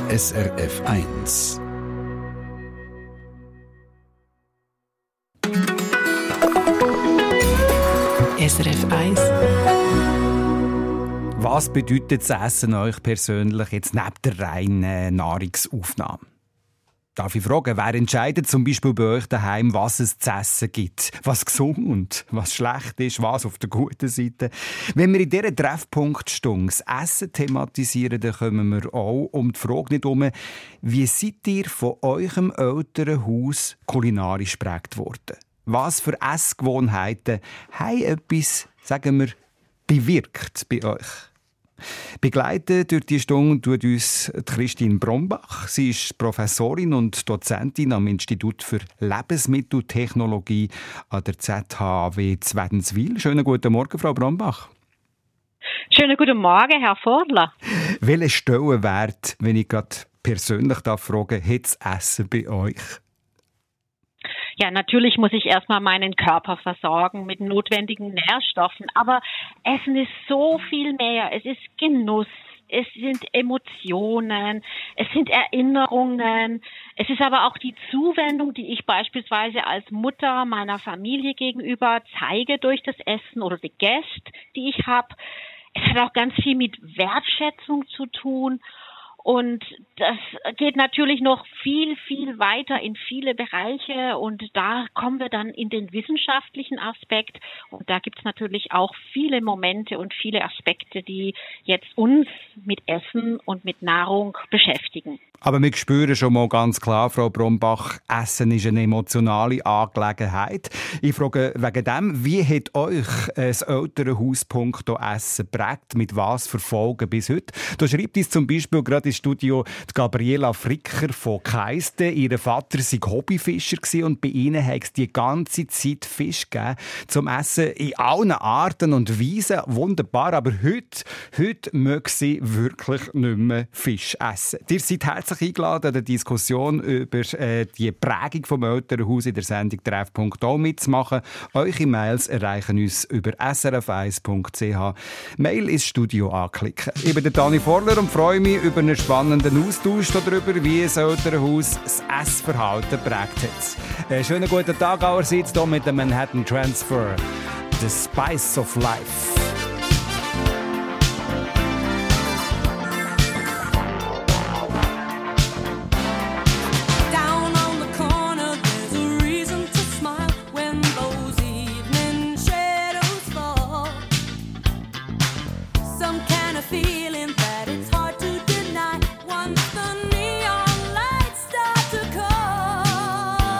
SRF 1. SRF 1. Was bedeutet das Essen euch persönlich jetzt neben der reinen Nahrungsaufnahme? Darf ich fragen, wer entscheidet zum Beispiel bei euch daheim, was es zu essen gibt? Was gesund, was schlecht ist, was auf der guten Seite? Wenn wir in dieser Treffpunktstunde das Essen thematisieren, dann kommen wir auch um die Frage nicht herum, wie seid ihr von eurem Elternhaus kulinarisch geprägt worden? Was für Essgewohnheiten haben etwas, sagen wir, bewirkt bei euch? Begleitet durch die Stunde tut uns Christine Brombach. Sie ist Professorin und Dozentin am Institut für Lebensmitteltechnologie an der ZHAW Wädenswil. Schönen guten Morgen, Frau Brombach. Schönen guten Morgen, Herr Vordler. Welchen Stellenwert, wenn ich gerade persönlich frage, hat das Essen bei euch? Ja, natürlich muss ich erstmal meinen Körper versorgen mit notwendigen Nährstoffen. Aber Essen ist so viel mehr. Es ist Genuss, es sind Emotionen, es sind Erinnerungen. Es ist aber auch die Zuwendung, die ich beispielsweise als Mutter meiner Familie gegenüber zeige durch das Essen oder die Gäste, die ich habe. Es hat auch ganz viel mit Wertschätzung zu tun. Und das geht natürlich noch viel, viel weiter in viele Bereiche. Und da kommen wir dann in den wissenschaftlichen Aspekt. Und da gibt es natürlich auch viele Momente und viele Aspekte, die jetzt uns mit Essen und mit Nahrung beschäftigen. Aber wir spüren schon mal ganz klar, Frau Brombach, Essen ist eine emotionale Angelegenheit. Ich frage wegen dem, wie hat euch das Elternhaus punkto Essen geprägt? Mit was für Folgen bis heute? Da schreibt uns zum Beispiel gerade ins Studio die Gabriela Fricker von Keisten. Ihr Vater war Hobbyfischer und bei ihnen hat es die ganze Zeit Fisch gegeben zum Essen in allen Arten und Weisen. Wunderbar, aber heute mögen sie wirklich nicht mehr Fisch essen. Ihr seid herzlich eingeladen, an der Diskussion über die Prägung vom Elternhaus in der Sendung Treffpunkt auch mitzumachen. Eure Mails erreichen uns über srf1.ch. Mail ins Studio anklicken. Ich bin der Dani Vorler und freue mich über einen spannenden Austausch darüber, wie das Elternhaus das Essverhalten geprägt hat. Schönen guten Tag allerseits hier mit dem Manhattan Transfer. The Spice of Life.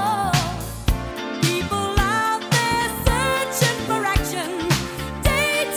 People out there searching for action.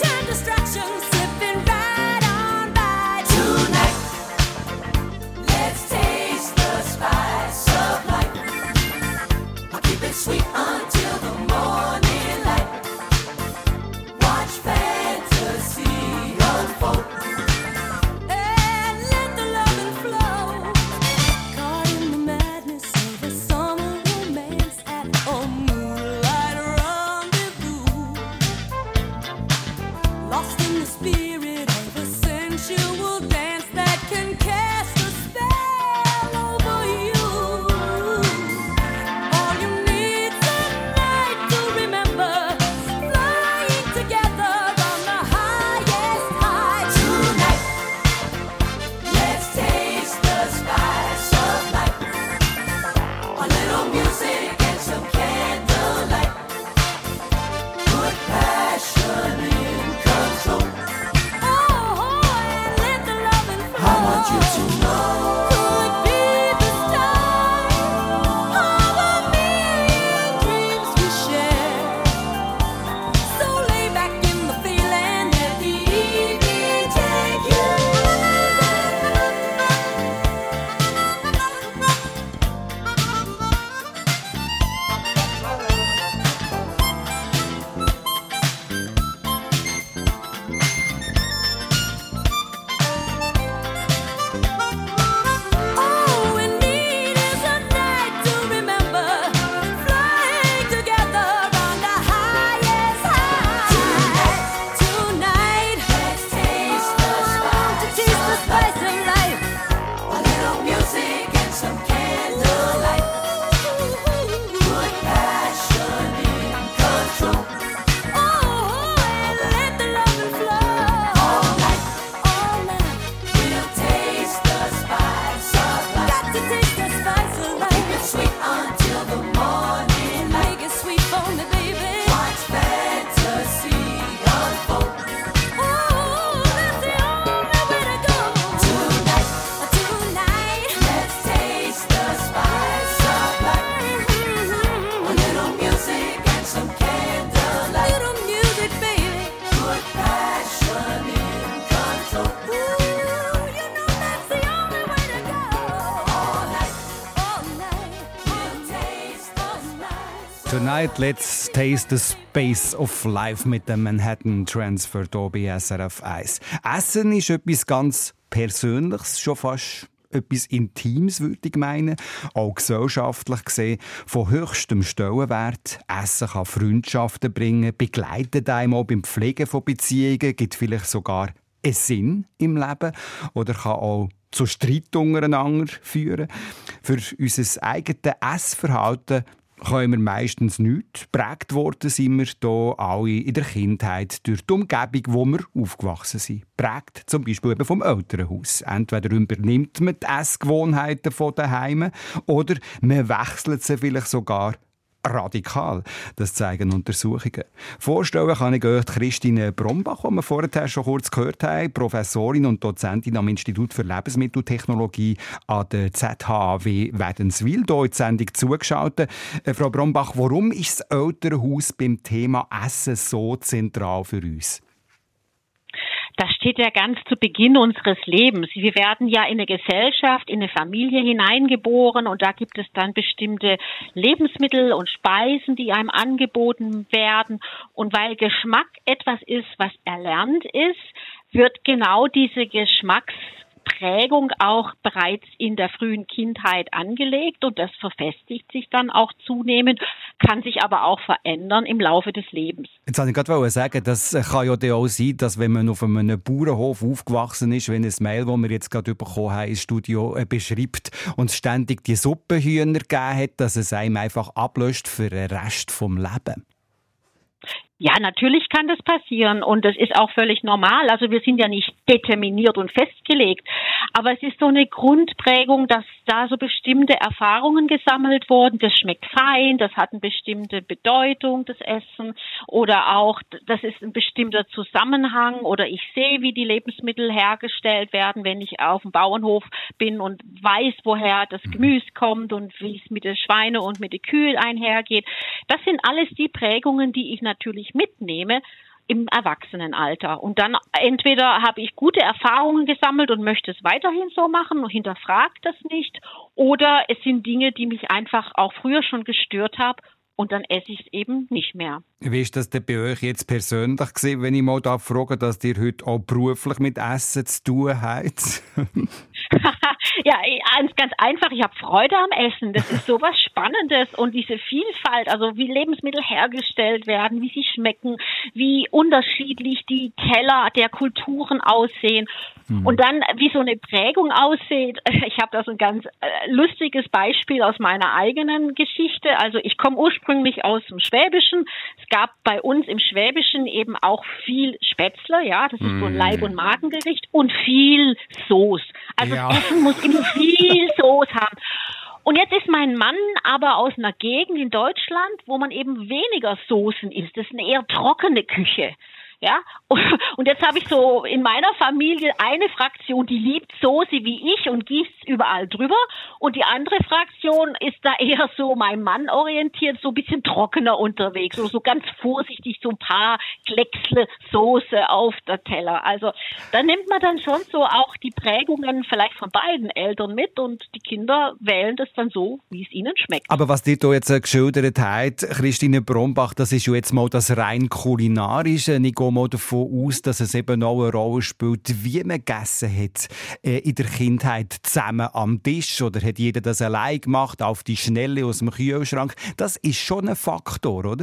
Tonight, let's taste the space of life mit dem Manhattan Transfer hier bei SRF 1. Essen ist etwas ganz Persönliches, schon fast etwas Intimes, würde ich meinen. Auch gesellschaftlich gesehen von höchstem Stellenwert. Essen kann Freundschaften bringen, begleitet einem auch beim Pflegen von Beziehungen, gibt vielleicht sogar einen Sinn im Leben oder kann auch zu Streit untereinander führen. Für unser eigenes Essverhalten können wir meistens nicht. Geprägt worden sind wir hier alle in der Kindheit durch die Umgebung, wo wir aufgewachsen sind. Prägt zum Beispiel eben vom Elternhaus. Entweder übernimmt man die Essgewohnheiten von daheim oder man wechselt sie vielleicht sogar radikal. Das zeigen Untersuchungen. Vorstellen kann ich euch Christine Brombach, die wir vorher schon kurz gehört haben, Professorin und Dozentin am Institut für Lebensmitteltechnologie an der ZHAW Wädenswil, hier in die Sendung zugeschaltet. Frau Brombach, warum ist das Elternhaus beim Thema Essen so zentral für uns? Das steht ja ganz zu Beginn unseres Lebens. Wir werden ja in eine Gesellschaft, in eine Familie hineingeboren und da gibt es dann bestimmte Lebensmittel und Speisen, die einem angeboten werden. Und weil Geschmack etwas ist, was erlernt ist, wird genau diese Geschmacksprägung auch bereits in der frühen Kindheit angelegt und das verfestigt sich dann auch zunehmend, kann sich aber auch verändern im Laufe des Lebens. Jetzt wollte ich gerade sagen, das kann ja auch sein, dass wenn man auf einem Bauernhof aufgewachsen ist, wenn ein Mail, das wir jetzt gerade bekommen haben, ins Studio beschreibt und es ständig die Suppenhühner gegeben hat, dass es einem einfach ablöscht für den Rest vom Leben. Ja, natürlich kann das passieren und das ist auch völlig normal. Also wir sind ja nicht determiniert und festgelegt, aber es ist so eine Grundprägung, dass da so bestimmte Erfahrungen gesammelt wurden. Das schmeckt fein, das hat eine bestimmte Bedeutung, das Essen, oder auch, das ist ein bestimmter Zusammenhang, oder ich sehe, wie die Lebensmittel hergestellt werden, wenn ich auf dem Bauernhof bin und weiß, woher das Gemüse kommt und wie es mit den Schweinen und mit den Kühen einhergeht. Das sind alles die Prägungen, die ich natürlich mitnehme im Erwachsenenalter. Und dann entweder habe ich gute Erfahrungen gesammelt und möchte es weiterhin so machen und hinterfrage das nicht, oder es sind Dinge, die mich einfach auch früher schon gestört haben und dann esse ich es eben nicht mehr. Wie ist das denn bei euch jetzt persönlich gewesen, wenn ich mal frage, dass ihr heute auch beruflich mit Essen zu tun habt? Ja, ganz einfach. Ich habe Freude am Essen. Das ist so was Spannendes. Und diese Vielfalt, also wie Lebensmittel hergestellt werden, wie sie schmecken, wie unterschiedlich die Teller der Kulturen aussehen. Und dann, wie so eine Prägung aussieht. Ich habe da so ein ganz lustiges Beispiel aus meiner eigenen Geschichte. Also ich komme ursprünglich aus dem Schwäbischen. Es gab bei uns im Schwäbischen eben auch viel Spätzle, ja, das ist so ein Leib- und Magengericht, und viel Soße. Also das Essen muss immer viel Soße haben. Und jetzt ist mein Mann aber aus einer Gegend in Deutschland, wo man eben weniger Soßen isst. Das ist eine eher trockene Küche. Ja, und jetzt habe ich so in meiner Familie eine Fraktion, die liebt Soße wie ich und gießt überall drüber, und die andere Fraktion ist da eher so mein Mann orientiert, so ein bisschen trockener unterwegs, so ganz vorsichtig, so ein paar Klecksle Soße auf der Teller. Also da nimmt man dann schon so auch die Prägungen vielleicht von beiden Eltern mit und die Kinder wählen das dann so, wie es ihnen schmeckt. Aber was dir da jetzt geschildert hat, Christine Brombach, das ist ja jetzt mal das rein kulinarische. Ich gehe mal davon aus, dass es eben auch eine Rolle spielt, wie man gegessen hat in der Kindheit zusammen am Tisch, oder hat jeder das allein gemacht, auf die Schnelle aus dem Kühlschrank. Das ist schon ein Faktor, oder?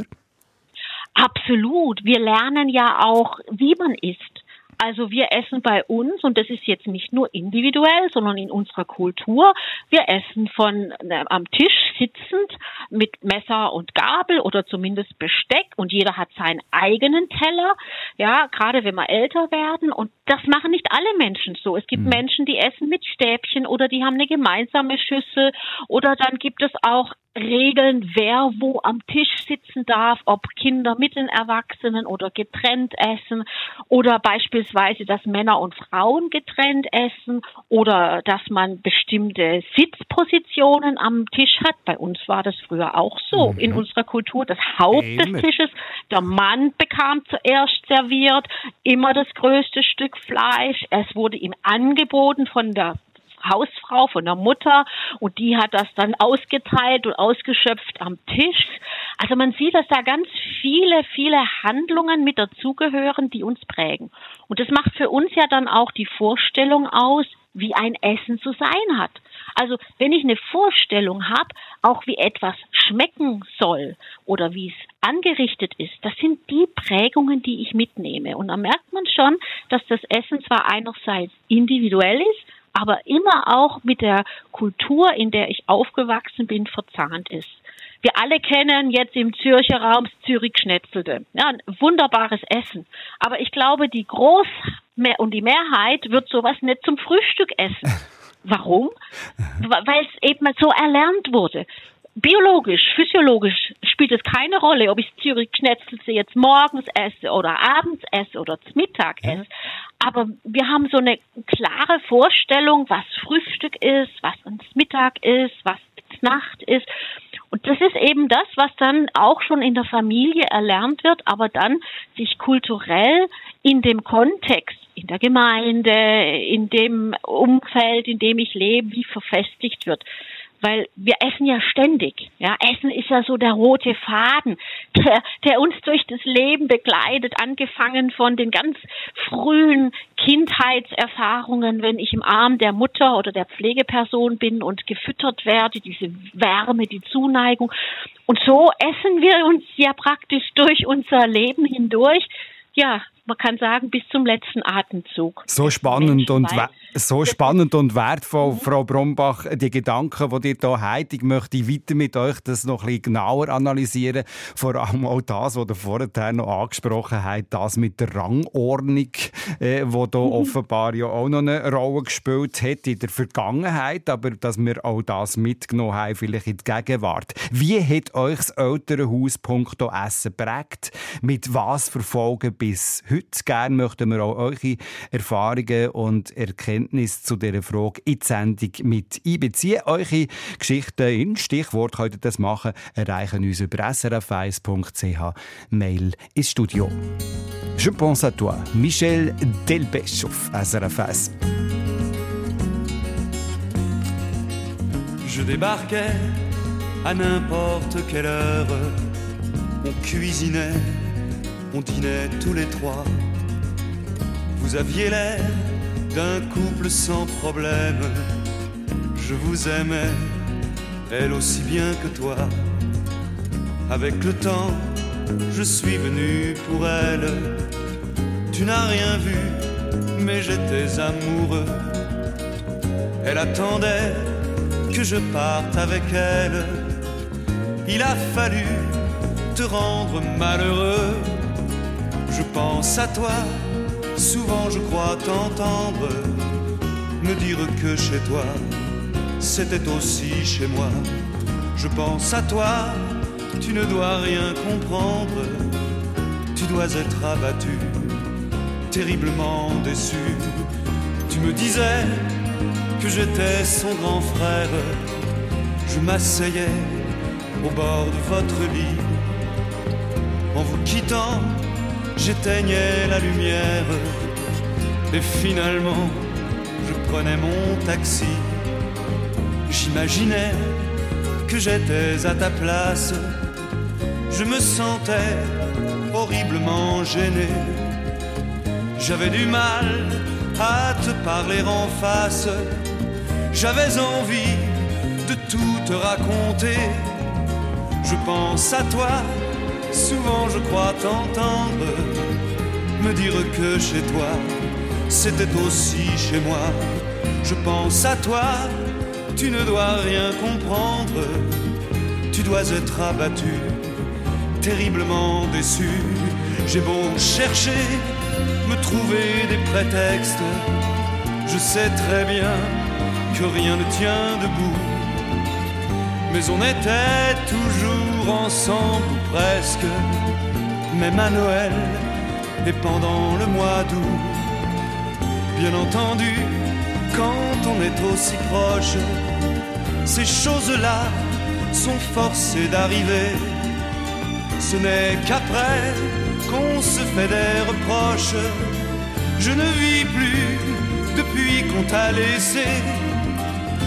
Absolut. Wir lernen ja auch, wie man isst. Also wir essen bei uns, und das ist jetzt nicht nur individuell, sondern in unserer Kultur, wir essen am Tisch sitzend mit Messer und Gabel oder zumindest Besteck, und jeder hat seinen eigenen Teller, ja, gerade wenn wir älter werden, und das machen nicht alle Menschen so. Es gibt Menschen, die essen mit Stäbchen oder die haben eine gemeinsame Schüssel, oder dann gibt es auch Regeln, wer wo am Tisch sitzen darf, ob Kinder mit den Erwachsenen oder getrennt essen, oder beispielsweise, dass Männer und Frauen getrennt essen, oder dass man bestimmte Sitzpositionen am Tisch hat. Bei uns war das früher auch so in unserer Kultur. Das Haupt des Tisches, der Mann bekam zuerst serviert, immer das größte Stück Fleisch. Es wurde ihm angeboten von der Hausfrau von der Mutter und die hat das dann ausgeteilt und ausgeschöpft am Tisch. Also man sieht, dass da ganz viele Handlungen mit dazugehören, die uns prägen. Und das macht für uns ja dann auch die Vorstellung aus, wie ein Essen zu sein hat. Also wenn ich eine Vorstellung habe, auch wie etwas schmecken soll oder wie es angerichtet ist, das sind die Prägungen, die ich mitnehme. Und da merkt man schon, dass das Essen zwar einerseits individuell ist, aber immer auch mit der Kultur, in der ich aufgewachsen bin, verzahnt ist. Wir alle kennen jetzt im Zürcher Raum das Zürich-Schnetzelte. Ja, ein wunderbares Essen. Aber ich glaube, die Mehrheit wird sowas nicht zum Frühstück essen. Warum? Weil es eben so erlernt wurde. Biologisch, physiologisch spielt es keine Rolle, ob ich Zürich-Schnetzelte jetzt morgens esse oder abends esse oder zum Mittag esse. Aber wir haben so eine klare Vorstellung, was Frühstück ist, was uns Mittag ist, was Nacht ist. Und das ist eben das, was dann auch schon in der Familie erlernt wird, aber dann sich kulturell in dem Kontext, in der Gemeinde, in dem Umfeld, in dem ich lebe, wie verfestigt wird. Weil wir essen ja ständig. Ja, Essen ist ja so der rote Faden, der uns durch das Leben begleitet, angefangen von den ganz frühen Kindheitserfahrungen, wenn ich im Arm der Mutter oder der Pflegeperson bin und gefüttert werde, diese Wärme, die Zuneigung. Und so essen wir uns ja praktisch durch unser Leben hindurch. Ja, man kann sagen, bis zum letzten Atemzug. So spannend und wertvoll, Frau Brombach, die Gedanken, die ihr hier habt. Ich möchte weiter mit euch das noch ein bisschen genauer analysieren. Vor allem auch das, was ihr vorher noch angesprochen habt, das mit der Rangordnung, die da offenbar ja auch noch eine Rolle gespielt hat in der Vergangenheit, aber dass wir auch das mitgenommen haben, vielleicht in die Gegenwart. Wie hat euch das Elternhaus punkto Essen geprägt? Mit was verfolgen bis heute? Gerne möchten wir auch eure Erfahrungen und Erkenntnisse zu dieser Frage in die Sendung mit einbeziehen. Eure Geschichten in Stichwort könnt ihr das machen, erreichen uns über srf1.ch. Mail ins Studio. Je pense à toi, Michel Delpech auf SRF 1. Je débarquais à n'importe quelle heure. On cuisinait, on dînait tous les trois. Vous aviez l'air d'un couple sans problème. Je vous aimais, elle aussi bien que toi. Avec le temps, je suis venu pour elle. Tu n'as rien vu, mais j'étais amoureux. Elle attendait que je parte avec elle. Il a fallu te rendre malheureux. Je pense à toi, souvent je crois t'entendre me dire que chez toi, c'était aussi chez moi. Je pense à toi, tu ne dois rien comprendre. Tu dois être abattu, terriblement déçu. Tu me disais que j'étais son grand frère. Je m'asseyais au bord de votre lit. En vous quittant, j'éteignais la lumière. Et finalement, je prenais mon taxi. J'imaginais que j'étais à ta place. Je me sentais horriblement gêné. J'avais du mal à te parler en face. J'avais envie de tout te raconter. Je pense à toi, souvent je crois t'entendre me dire que chez toi, c'était aussi chez moi. Je pense à toi, tu ne dois rien comprendre. Tu dois être abattu, terriblement déçu. J'ai beau chercher, me trouver des prétextes, je sais très bien que rien ne tient debout. Mais on était toujours ensemble, ou presque, même à Noël et pendant le mois d'août. Bien entendu, quand on est aussi proche, ces choses-là sont forcées d'arriver. Ce n'est qu'après qu'on se fait des reproches. Je ne vis plus depuis qu'on t'a laissé.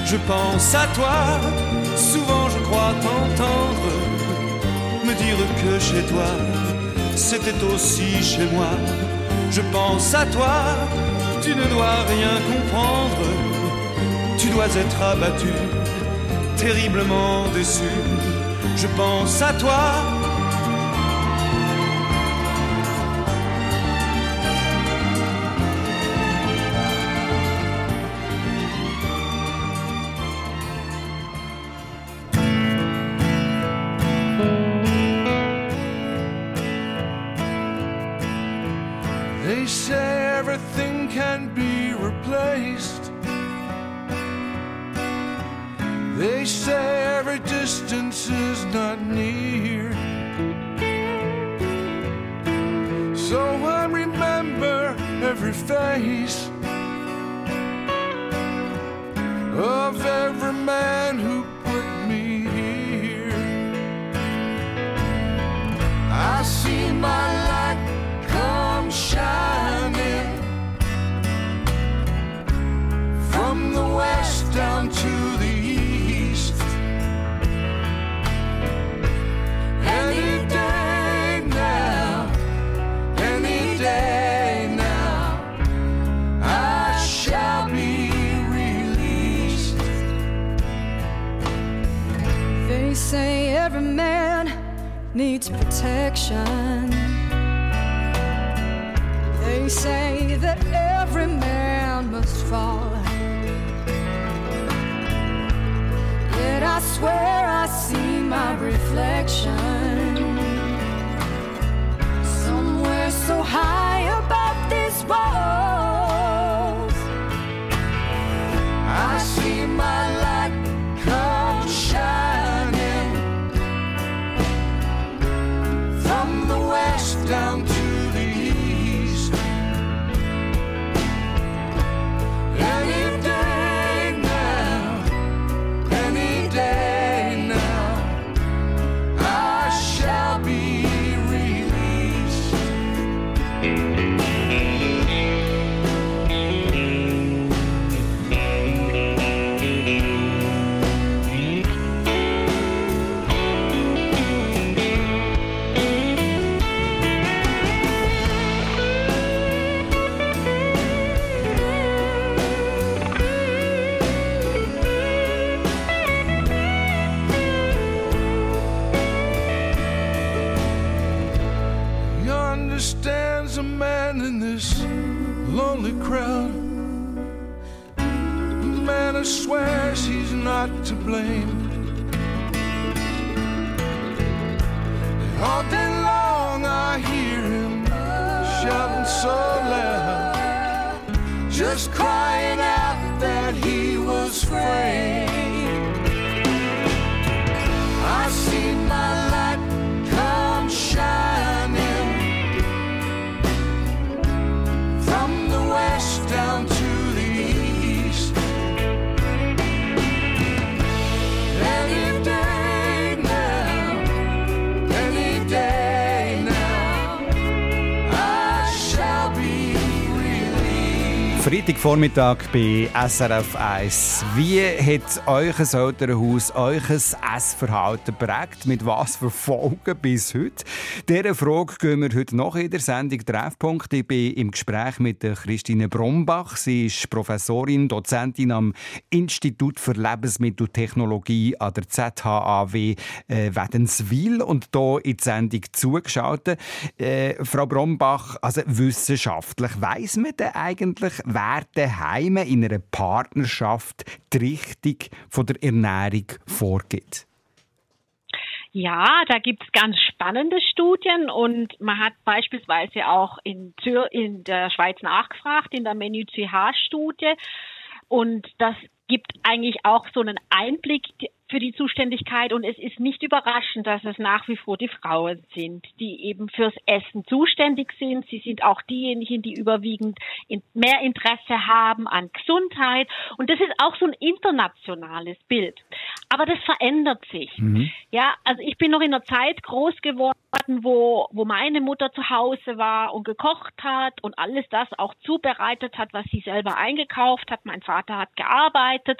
Je pense à toi, souvent je crois t'entendre me dire que chez toi, c'était aussi chez moi. Je pense à toi, tu ne dois rien comprendre. Tu dois être abattu, terriblement déçu. Je pense à toi. They say everything can be replaced. They say every distance is not near. So I remember every face of every man who put me here. I see my light come shining from the west down to the east. Any day now, any day now, I shall be released. They say every man needs protection. They say that every man must fall. Yet I swear I see my reflection somewhere so high above these walls. I see my light come shining from the west down to the east. Any day now, any day now, I shall be released. He understands a man in this lonely crowd, a man who swears he's not to blame. And all day long I hear him shouting so loud, just crying out that he was afraid. I see my light come shining from the west down to the east. Any day now, any day now, I shall be released. Freitagvormittag bei SRF 1. Wie hat euch ein Elternhaus, euch ein Essverhalten geprägt? Mit was für Folgen bis heute? Dieser Frage gehen wir heute noch in der Sendung Treffpunkt. Ich bin im Gespräch mit der Christine Brombach. Sie ist Professorin, Dozentin am Institut für Lebensmitteltechnologie an der ZHAW Wädenswil und hier in die Sendung zugeschaltet. Frau Brombach, also wissenschaftlich, weiss man denn eigentlich, wer daheim in einer Partnerschaft die Richtung von der Ernährung vorgibt? Ja, da gibt's ganz spannende Studien und man hat beispielsweise auch in der Schweiz nachgefragt, in der Menü CH-Studie, und das gibt eigentlich auch so einen Einblick für die Zuständigkeit, und es ist nicht überraschend, dass es nach wie vor die Frauen sind, die eben fürs Essen zuständig sind. Sie sind auch diejenigen, die überwiegend mehr Interesse haben an Gesundheit, und das ist auch so ein internationales Bild. Aber das verändert sich. Ja, also ich bin noch in einer Zeit groß geworden, wo meine Mutter zu Hause war und gekocht hat und alles das auch zubereitet hat, was sie selber eingekauft hat. Mein Vater hat gearbeitet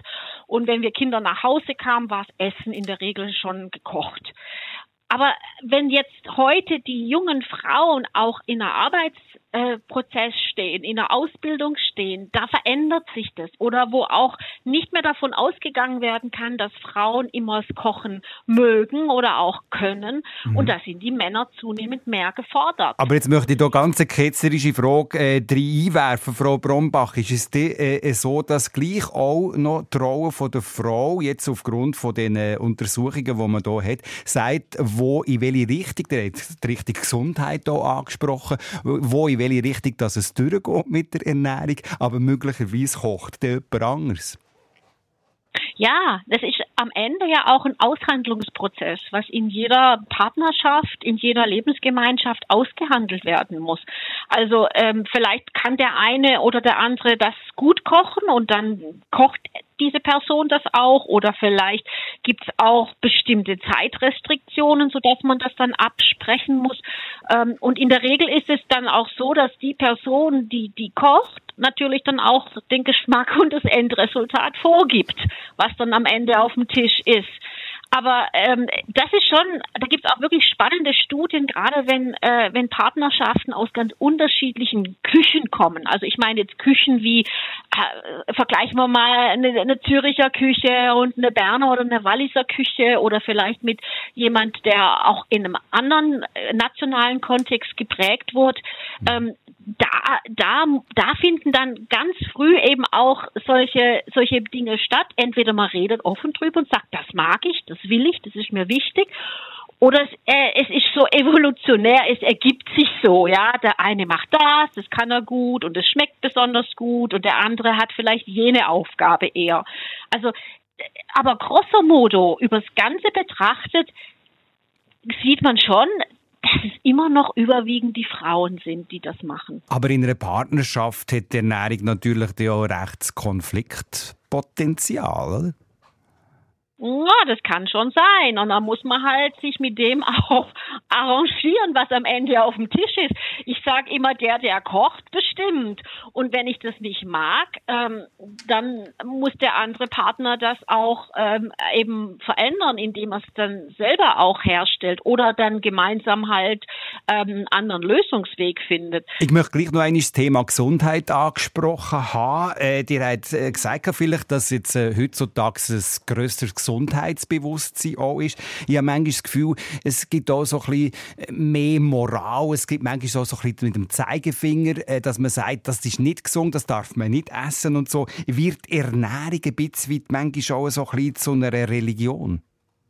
Und wenn wir Kinder nach Hause kamen, war das Essen in der Regel schon gekocht. Aber wenn jetzt heute die jungen Frauen auch in einer Arbeitsprozess stehen, in einer Ausbildung stehen, da verändert sich das. Oder wo auch nicht mehr davon ausgegangen werden kann, dass Frauen immer das Kochen mögen oder auch können. Und da sind die Männer zunehmend mehr gefordert. Aber jetzt möchte ich hier ganz eine ketzerische Frage einwerfen, Frau Brombach. Ist es so, dass gleich auch noch die Rolle von der Frau jetzt aufgrund von den Untersuchungen, die man hier hat, sagt, wo in welche Richtung, der hat die Richtung Gesundheit hier angesprochen, wo in welche Richtung dass es durchgeht mit der Ernährung, aber möglicherweise kocht der jemand anderes. Ja, das ist am Ende ja auch ein Aushandlungsprozess, was in jeder Partnerschaft, in jeder Lebensgemeinschaft ausgehandelt werden muss. Also vielleicht kann der eine oder der andere das gut kochen und dann kocht diese Person das auch, oder vielleicht gibt es auch bestimmte Zeitrestriktionen, sodass man das dann absprechen muss. Und in der Regel ist es dann auch so, dass die Person, die kocht, natürlich dann auch den Geschmack und das Endresultat vorgibt, was dann am Ende auf dem Tisch ist. Aber das ist schon, da gibt es auch wirklich spannende Studien, gerade wenn Partnerschaften aus ganz unterschiedlichen Küchen kommen. Also ich meine jetzt Küchen wie, vergleichen wir mal eine Züricher Küche und eine Berner oder eine Walliser Küche oder vielleicht mit jemand, der auch in einem anderen nationalen Kontext geprägt wird. Da finden dann ganz früh eben auch solche Dinge statt. Entweder man redet offen drüber und sagt, das mag ich, das will ich, das ist mir wichtig. Oder es ist so evolutionär, es ergibt sich so, ja. Der eine macht das kann er gut und es schmeckt besonders gut und der andere hat vielleicht jene Aufgabe eher. Also, aber grosso modo, übers Ganze betrachtet, sieht man schon, dass es immer noch überwiegend die Frauen sind, die das machen. Aber in einer Partnerschaft hat die Ernährung natürlich auch recht Konfliktpotenzial, oder? Ja, das kann schon sein. Und dann muss man halt sich mit dem auch arrangieren, was am Ende auf dem Tisch ist. Ich sage immer, der kocht, bestimmt. Und wenn ich das nicht mag, dann muss der andere Partner das auch eben verändern, indem er es dann selber auch herstellt oder dann gemeinsam halt einen anderen Lösungsweg findet. Ich möchte gleich noch einmal das Thema Gesundheit angesprochen haben. Ihr habt gesagt vielleicht, dass jetzt heutzutage ein grösseres Gesundheitsbewusstsein auch ist. Ich habe manchmal das Gefühl, es gibt auch so ein bisschen mehr Moral. Es gibt manchmal auch so ein bisschen mit dem Zeigefinger, dass man sagt, das ist nicht gesund, das darf man nicht essen und so. Wird Ernährung ein bisschen manchmal auch so ein bisschen zu einer Religion?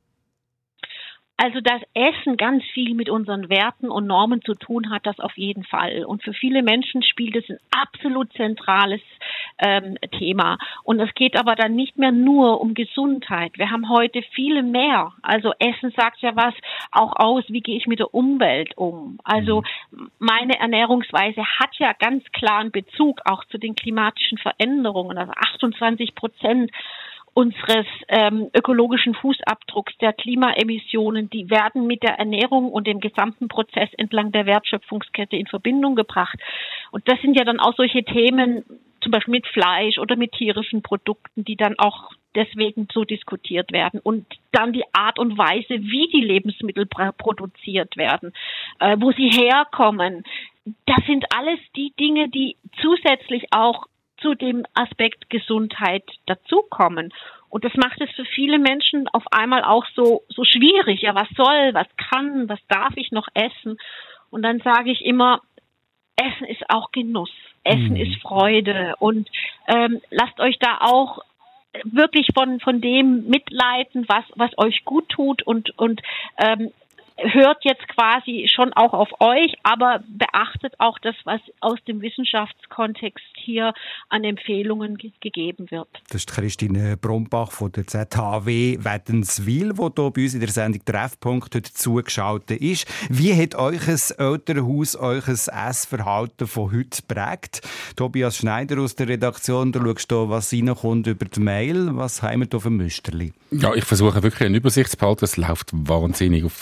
Also das Essen ganz viel mit unseren Werten und Normen zu tun hat, das auf jeden Fall. Und für viele Menschen spielt es ein absolut zentrales Thema. Und es geht aber dann nicht mehr nur um Gesundheit. Wir haben heute viele mehr. Also Essen sagt ja was auch aus, wie gehe ich mit der Umwelt um. Also meine Ernährungsweise hat ja ganz klaren Bezug auch zu den klimatischen Veränderungen. Also 28% unseres ökologischen Fußabdrucks der Klimaemissionen, die werden mit der Ernährung und dem gesamten Prozess entlang der Wertschöpfungskette in Verbindung gebracht. Und das sind ja dann auch solche Themen, zum Beispiel mit Fleisch oder mit tierischen Produkten, die dann auch deswegen so diskutiert werden. Und dann die Art und Weise, wie die Lebensmittel produziert werden, wo sie herkommen. Das sind alles die Dinge, die zusätzlich auch zu dem Aspekt Gesundheit dazukommen. Und das macht es für viele Menschen auf einmal auch so schwierig. Ja, was soll, was kann, was darf ich noch essen? Und dann sage ich immer, Essen ist auch Genuss. Essen ist Freude. Und lasst euch da auch wirklich von dem mitleiten, was euch gut tut und hört jetzt quasi schon auch auf euch, aber beachtet auch das, was aus dem Wissenschaftskontext hier an Empfehlungen gegeben wird. Das ist Christine Brombach von der ZHW Wädenswil, die hier bei uns in der Sendung Treffpunkt heute zugeschaltet ist. Wie hat euch ein Elternhaus, euch ein Essverhalten von heute geprägt? Tobias Schneider aus der Redaktion, du schaust hier, was reinkommt über die Mail. Was haben wir hier für Müsterli? Ja, ich versuche wirklich eine Übersicht zu behalten. Es läuft wahnsinnig auf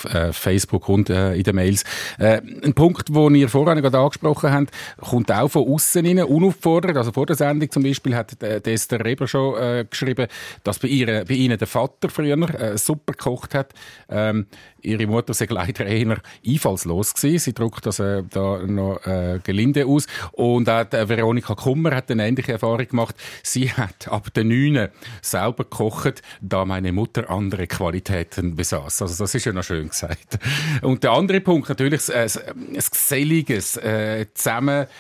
Facebook und in den Mails. Ein Punkt, den ihr vorhin gerade angesprochen habt, kommt auch von außen rein, unaufgefordert. Also vor der Sendung zum Beispiel hat Esther Reber schon geschrieben, dass bei ihnen der Vater früher super gekocht hat. Ihre Mutter sei leider eher einfallslos gewesen. Sie drückt das da noch gelinde aus. Und auch Veronika Kummer hat eine ähnliche Erfahrung gemacht. Sie hat ab der 9 selber gekocht, da meine Mutter andere Qualitäten besaß. Also das ist ja noch schön gesagt. Und der andere Punkt natürlich ein geselliges Zusammengehören,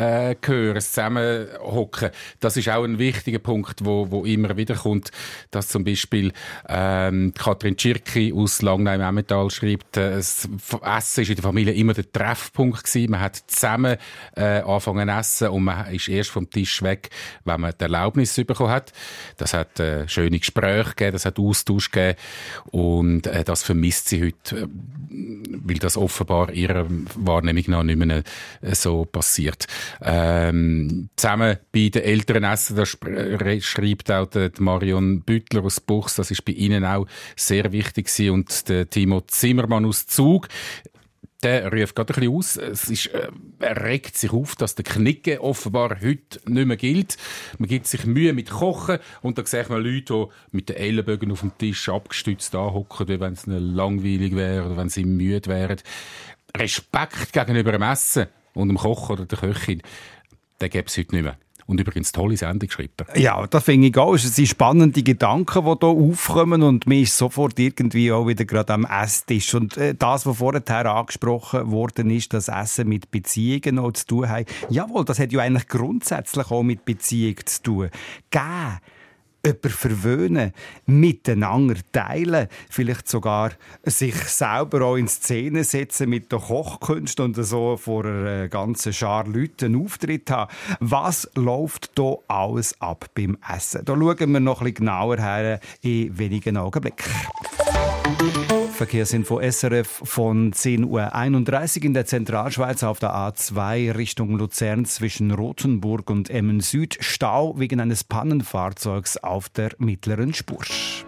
Zusammenhocken. Das ist auch ein wichtiger Punkt, wo immer wieder kommt, dass zum Beispiel Katrin Tschirki aus Langnheim-Emmental schreibt, das Essen ist in der Familie immer der Treffpunkt gewesen. Man hat zusammen angefangen zu essen und man ist erst vom Tisch weg, wenn man die Erlaubnis bekommen hat. Das hat schöne Gespräche gegeben, das hat Austausch gegeben und das vermisst sie heute, weil das offenbar ihrer Wahrnehmung nach nicht mehr so passiert. Zusammen bei den Eltern essen, das schreibt auch die Marion Büttler aus Buchs, das ist bei ihnen auch sehr wichtig gewesen. Und der Timo Zimmermann aus Zug, der ruft gerade ein bisschen aus. Er regt sich auf, dass der Knicke offenbar heute nicht mehr gilt. Man gibt sich Mühe mit Kochen und da sieht man Leute, die mit den Ellenbögen auf dem Tisch abgestützt anhocken, wie wenn es ihnen langweilig wäre oder wenn sie müde wären. Respekt gegenüber dem Essen und dem Koch oder der Köchin, den gäbe es heute nicht mehr. Und übrigens tolle Sendung, schreibt er. Ja, das finde ich auch. Es sind spannende Gedanken, die hier aufkommen und mir ist sofort irgendwie auch wieder gerade am Esstisch. Und das, was vorher angesprochen worden ist, das Essen mit Beziehungen auch zu tun hat. Jawohl, das hat ja eigentlich grundsätzlich auch mit Beziehung zu tun. Geben. Jemanden verwöhnen, miteinander teilen, vielleicht sogar sich selber auch in Szene setzen mit der Kochkunst und so vor einer ganzen Schar Leuten einen Auftritt haben. Was läuft da alles ab beim Essen? Da schauen wir noch ein bisschen genauer her in wenigen Augenblicken. Verkehrsinfo SRF von 10.31 Uhr in der Zentralschweiz auf der A2 Richtung Luzern zwischen Rothenburg und Emmen Süd. Stau wegen eines Pannenfahrzeugs auf der mittleren Spur.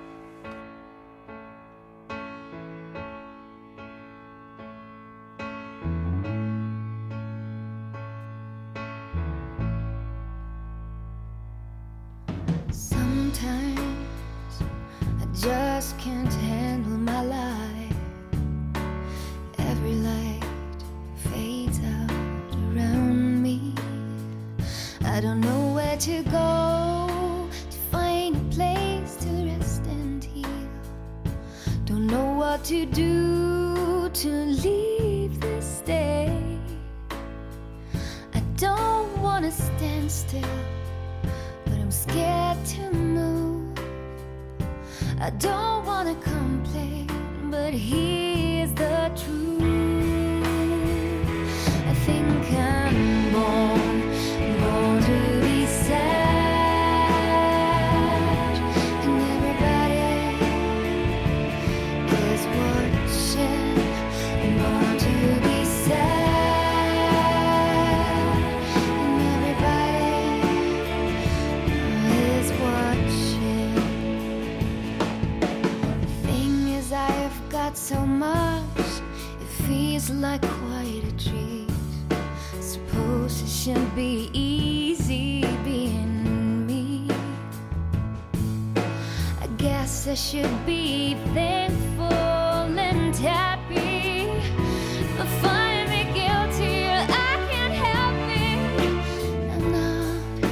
I should be thankful and happy, but find me guilty, I can't help it. I'm not,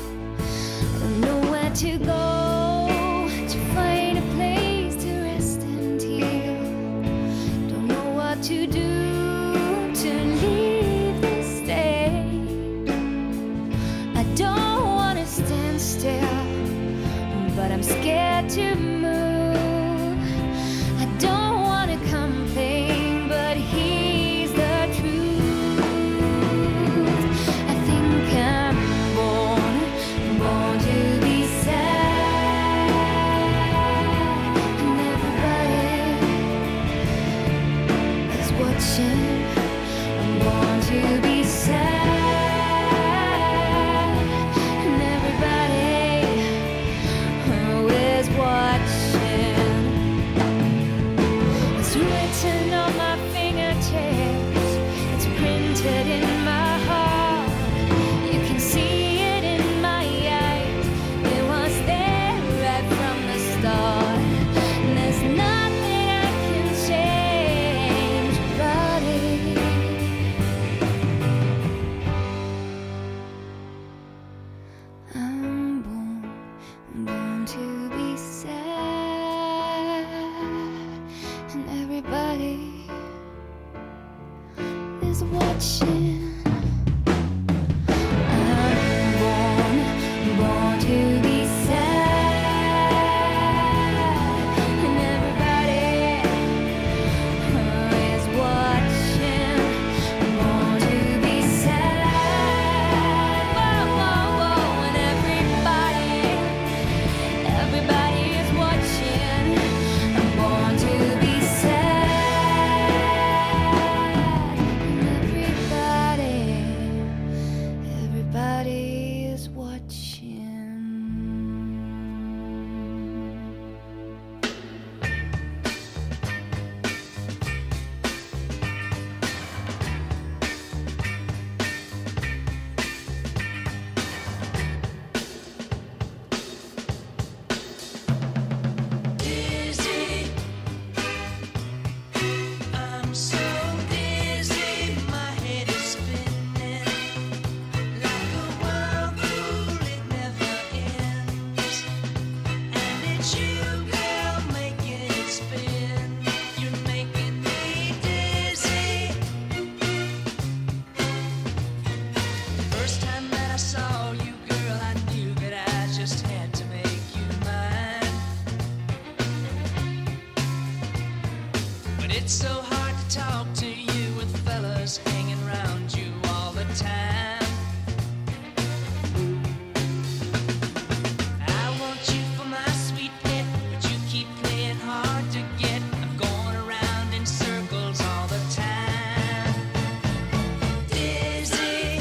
I don't know where to go to find a place to rest and heal. Don't know what to do to leave this state. I don't want to stand still, but I'm scared to move. I don't want to complain, but here's the truth. I think I'm born to be sad, and everybody is watching. I'm born to be sad. Watch. watching. I'm born to be sad, and everybody is watching. I'm born to be sad, and everybody is watching. I'm born to be sad, and everybody is watching. Dizzy, I'm so dizzy, my head is spinning like a whirlpool, it never ends. And it's you, girl, making it spin. You're making me dizzy. First time that I saw you, girl, I knew that I just had to make you mine. But it's so hard to talk to you with fellas hanging around you all the time. I want you for my sweet pet, but you keep playing hard to get. I'm going around in circles all the time. Dizzy,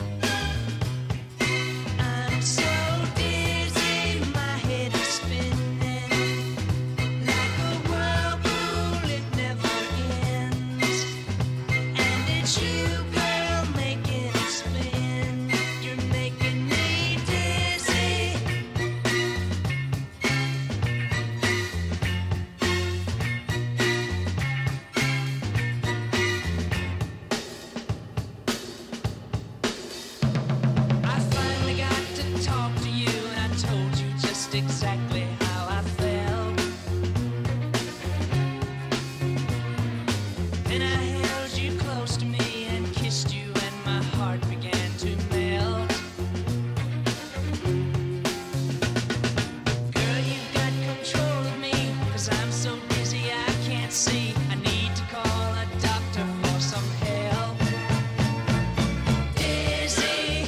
I'm so dizzy, my head is spinning like a whirlpool, it never ends. And it's you, girl, making it spin. You're making me dizzy. I finally got to talk to you, and I told you just exactly how I felt. Then I held you close to me and kissed you, and my heart began to melt. Girl, you've got control of me, 'cause I'm so dizzy I can't see. I need to call a doctor for some help. Dizzy,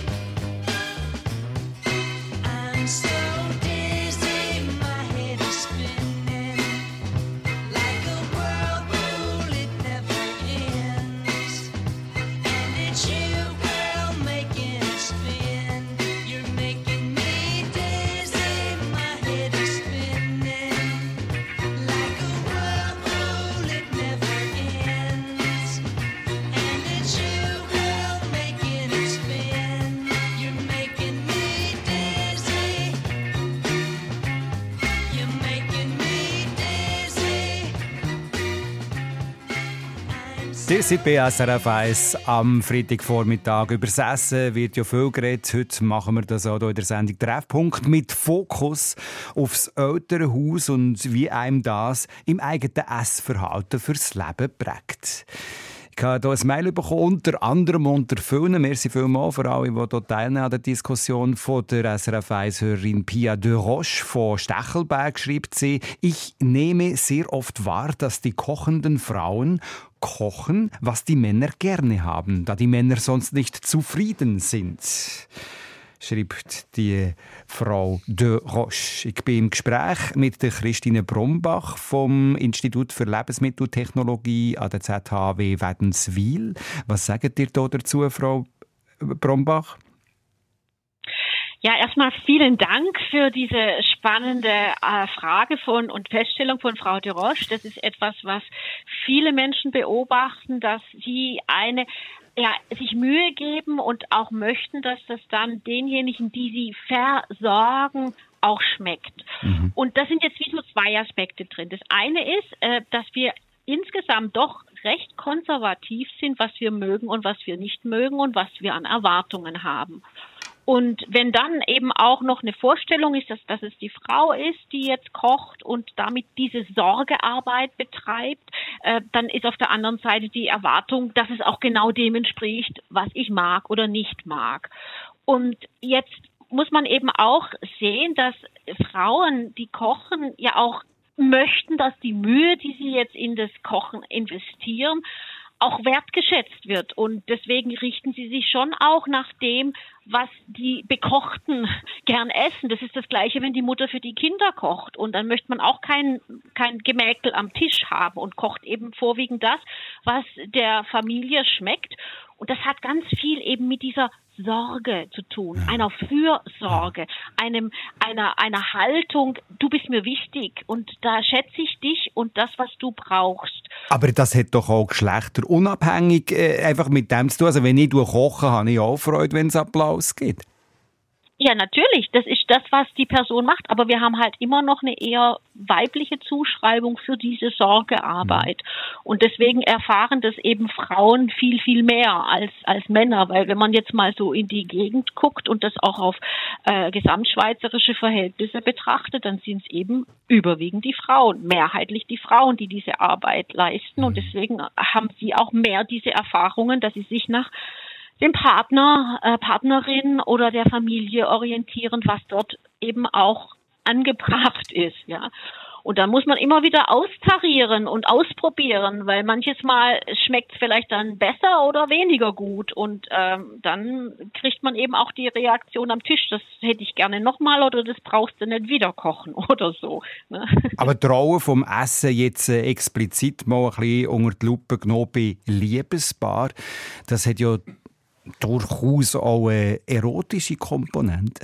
I'm so dizzy, my head is spinning like a whirlpool, it never ends. And it's you, girl, making it spin. You're making me dizzy, my head is spinning like a whirlpool, it never ends. And it's you, girl, making it spin. You're making me dizzy. You're making me dizzy. Dizzy bei SRF 1 am Freitagvormittag. Über das Essen wird ja viel geredet. Heute machen wir das auch hier in der Sendung Treffpunkt mit Fokus aufs Elternhaus und wie einem das im eigenen Essverhalten fürs Leben prägt. Ich habe hier ein Mail bekommen, unter anderem unter vielen. Merci vielmals für alle, die hier teilnehmen an der Diskussion. Von der SRF 1-Hörerin Pia de Roche von Stechelberg schreibt sie: Ich nehme sehr oft wahr, dass die kochenden Frauen kochen, was die Männer gerne haben, da die Männer sonst nicht zufrieden sind. Schreibt die Frau de Roche. Ich bin im Gespräch mit der Christine Brombach vom Institut für Lebensmitteltechnologie an der ZHW Wädenswil. Was sagt ihr da dazu, Frau Brombach? Ja, erstmal vielen Dank für diese spannende Frage und Feststellung von Frau de Roche. Das ist etwas, was viele Menschen beobachten, dass sie sich Mühe geben und auch möchten, dass das dann denjenigen, die sie versorgen, auch schmeckt. Mhm. Und das sind jetzt wie so zwei Aspekte drin. Das eine ist, dass wir insgesamt doch recht konservativ sind, was wir mögen und was wir nicht mögen und was wir an Erwartungen haben. Und wenn dann eben auch noch eine Vorstellung ist, dass es die Frau ist, die jetzt kocht und damit diese Sorgearbeit betreibt, dann ist auf der anderen Seite die Erwartung, dass es auch genau dem entspricht, was ich mag oder nicht mag. Und jetzt muss man eben auch sehen, dass Frauen, die kochen, ja auch möchten, dass die Mühe, die sie jetzt in das Kochen investieren, auch wertgeschätzt wird. Und deswegen richten sie sich schon auch nach dem, was die Bekochten gern essen. Das ist das Gleiche, wenn die Mutter für die Kinder kocht. Und dann möchte man auch kein Gemäkel am Tisch haben und kocht eben vorwiegend das, was der Familie schmeckt. Und das hat ganz viel eben mit dieser Sorge zu tun, einer Fürsorge, einer Haltung, du bist mir wichtig und da schätze ich dich und das, was du brauchst. Aber das hat doch auch geschlechterunabhängig einfach mit dem zu tun. Also wenn ich koche, habe ich auch Freude, wenn es Applaus gibt. Ja, natürlich. Das ist das, was die Person macht. Aber wir haben halt immer noch eine eher weibliche Zuschreibung für diese Sorgearbeit. Und deswegen erfahren das eben Frauen viel, viel mehr als Männer. Weil wenn man jetzt mal so in die Gegend guckt und das auch auf gesamtschweizerische Verhältnisse betrachtet, dann sind es eben überwiegend die Frauen, mehrheitlich die Frauen, die diese Arbeit leisten. Und deswegen haben sie auch mehr diese Erfahrungen, dass sie sich nach dem Partner, Partnerin oder der Familie orientieren, was dort eben auch angebracht ist, ja. Und dann muss man immer wieder austarieren und ausprobieren, weil manches Mal schmeckt es vielleicht dann besser oder weniger gut und dann kriegt man eben auch die Reaktion am Tisch, das hätte ich gerne nochmal oder das brauchst du nicht wieder kochen oder so. Ne? Aber die Rolle vom Essen jetzt explizit mal ein bisschen unter die Lupe genommen bei Liebespaar, das hat ja durchaus auch eine erotische Komponente.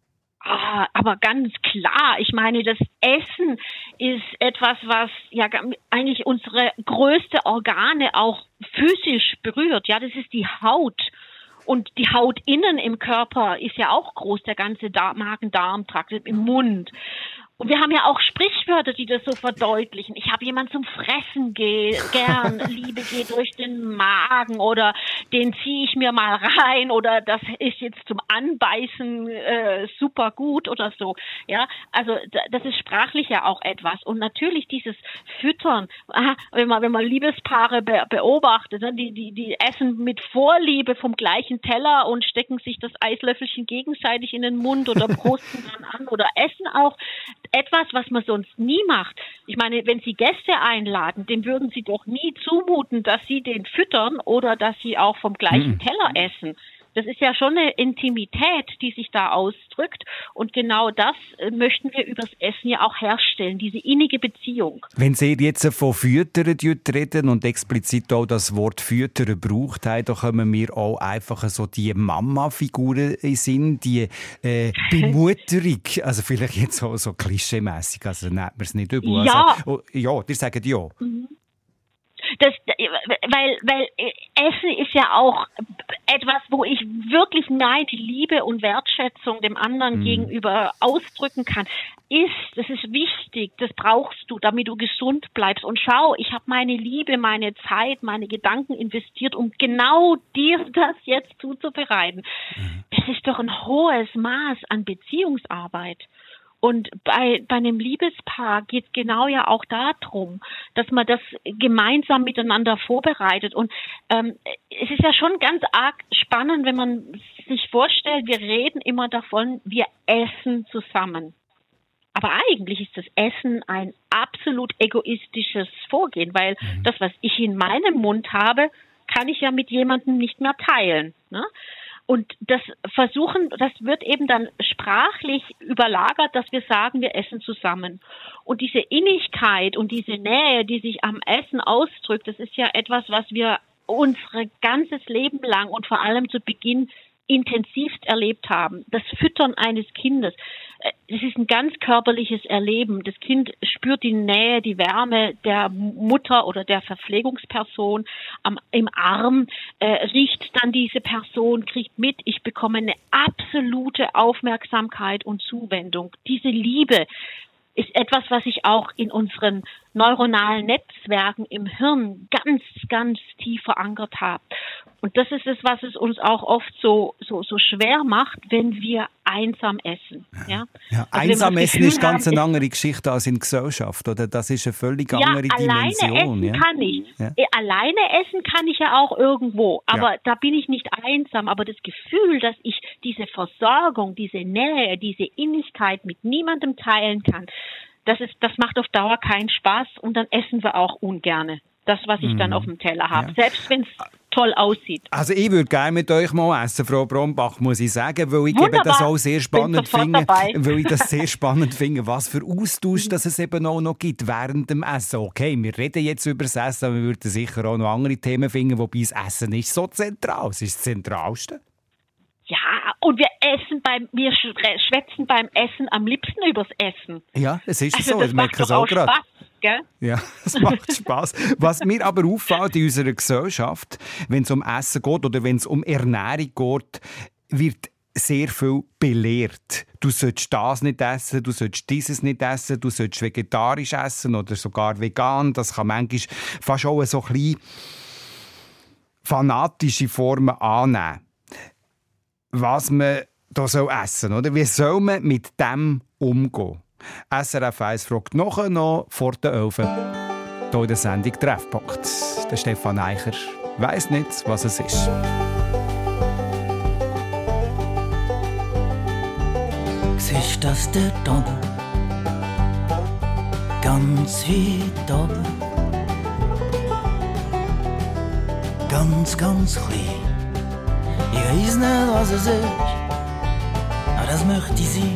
Aber ganz klar, ich meine, das Essen ist etwas, was ja eigentlich unsere größte Organe auch physisch berührt. Ja, das ist die Haut. Und die Haut innen im Körper ist ja auch groß, der ganze Magen-Darm-Trakt im Mund. Und wir haben ja auch Sprichwörter, die das so verdeutlichen. Ich habe jemanden zum Fressen gern, Liebe geht durch den Magen oder den ziehe ich mir mal rein oder das ist jetzt zum Anbeißen super gut oder so. Ja, also das ist sprachlich ja auch etwas. Und natürlich dieses Füttern, wenn man Liebespaare beobachtet, ne, die essen mit Vorliebe vom gleichen Teller und stecken sich das Eislöffelchen gegenseitig in den Mund oder prosten dann an oder essen auch etwas, was man sonst nie macht. Ich meine, wenn Sie Gäste einladen, dem würden Sie doch nie zumuten, dass Sie den füttern oder dass Sie auch vom gleichen Teller essen. Das ist ja schon eine Intimität, die sich da ausdrückt. Und genau das möchten wir übers Essen ja auch herstellen, diese innige Beziehung. Wenn Sie jetzt von Füttern reden und explizit auch das Wort Füttern braucht, dann kommen wir auch einfach so die Mama-Figuren in Sinn, die Bemutterung, also vielleicht jetzt auch so klischeemässig, also nennt man es nicht übel. Ja. Also, ja, die sagen ja. Weil Essen ist ja auch etwas, wo ich wirklich meine Liebe und Wertschätzung dem anderen gegenüber ausdrücken kann. Das ist wichtig, das brauchst du, damit du gesund bleibst. Und schau, ich habe meine Liebe, meine Zeit, meine Gedanken investiert, um genau dir das jetzt zuzubereiten. Das ist doch ein hohes Maß an Beziehungsarbeit. Und bei einem Liebespaar geht es genau ja auch darum, dass man das gemeinsam miteinander vorbereitet. Und es ist ja schon ganz arg spannend, wenn man sich vorstellt, wir reden immer davon, wir essen zusammen. Aber eigentlich ist das Essen ein absolut egoistisches Vorgehen, weil das, was ich in meinem Mund habe, kann ich ja mit jemandem nicht mehr teilen, ne? Und das wird eben dann sprachlich überlagert, dass wir sagen, wir essen zusammen. Und diese Innigkeit und diese Nähe, die sich am Essen ausdrückt, das ist ja etwas, was wir unser ganzes Leben lang und vor allem zu Beginn intensivst erlebt haben. Das Füttern eines Kindes, das ist ein ganz körperliches Erleben. Das Kind spürt die Nähe, die Wärme der Mutter oder der Verpflegungsperson im Arm, riecht dann diese Person, kriegt mit, ich bekomme eine absolute Aufmerksamkeit und Zuwendung. Diese Liebe ist etwas, was ich auch in unseren neuronalen Netzwerken im Hirn ganz, ganz tief verankert habe. Und das ist es, was es uns auch oft so schwer macht, wenn wir einsam essen. Ja? Ja, Also einsam wenn wir das essen Gefühl ist ganz haben, eine andere Geschichte als in Gesellschaft, oder? Das ist eine völlig andere alleine Dimension. essen kann ich. Ja. Alleine essen kann ich ja auch irgendwo, aber da bin ich nicht einsam. Aber das Gefühl, dass ich diese Versorgung, diese Nähe, diese Innigkeit mit niemandem teilen kann, das macht auf Dauer keinen Spaß und dann essen wir auch ungerne. Das, was ich dann auf dem Teller habe, Ja. selbst wenn es toll aussieht. Also ich würde gerne mit euch mal essen, Frau Brombach, muss ich sagen, weil ich eben Wunderbar. das auch sehr spannend Bin sofort finde, dabei. weil ich das sehr spannend finde, was für Austausch dass es eben auch noch gibt während dem Essen. Okay, wir reden jetzt über das Essen, aber wir würden sicher auch noch andere Themen finden, wobei das Essen ist so zentral. Es ist das Zentralste. Ja, und wir schwätzen beim Essen am liebsten übers Essen. Ja, es ist Also so. das Ich merke macht es doch auch auch gerade. Spaß, gell? Ja, es macht Spass. Was mir aber auffällt in unserer Gesellschaft, wenn es um Essen geht oder wenn es um Ernährung geht, wird sehr viel belehrt. Du sollst das nicht essen, du sollst dieses nicht essen, du sollst vegetarisch essen oder sogar vegan. Das kann manchmal fast auch so ein bisschen fanatische Formen annehmen. Was man da essen soll, oder? Wie soll man mit dem umgehen? SRF 1 fragt noch vor den 11 hier in der Sendung Treffpunkt. Der Stefan Eicher weiss nicht, was es ist. Siehst das dort oben, ganz weit oben, ganz, ganz klein. Ich weiss nicht, was es ist, aber das möchte ich sein.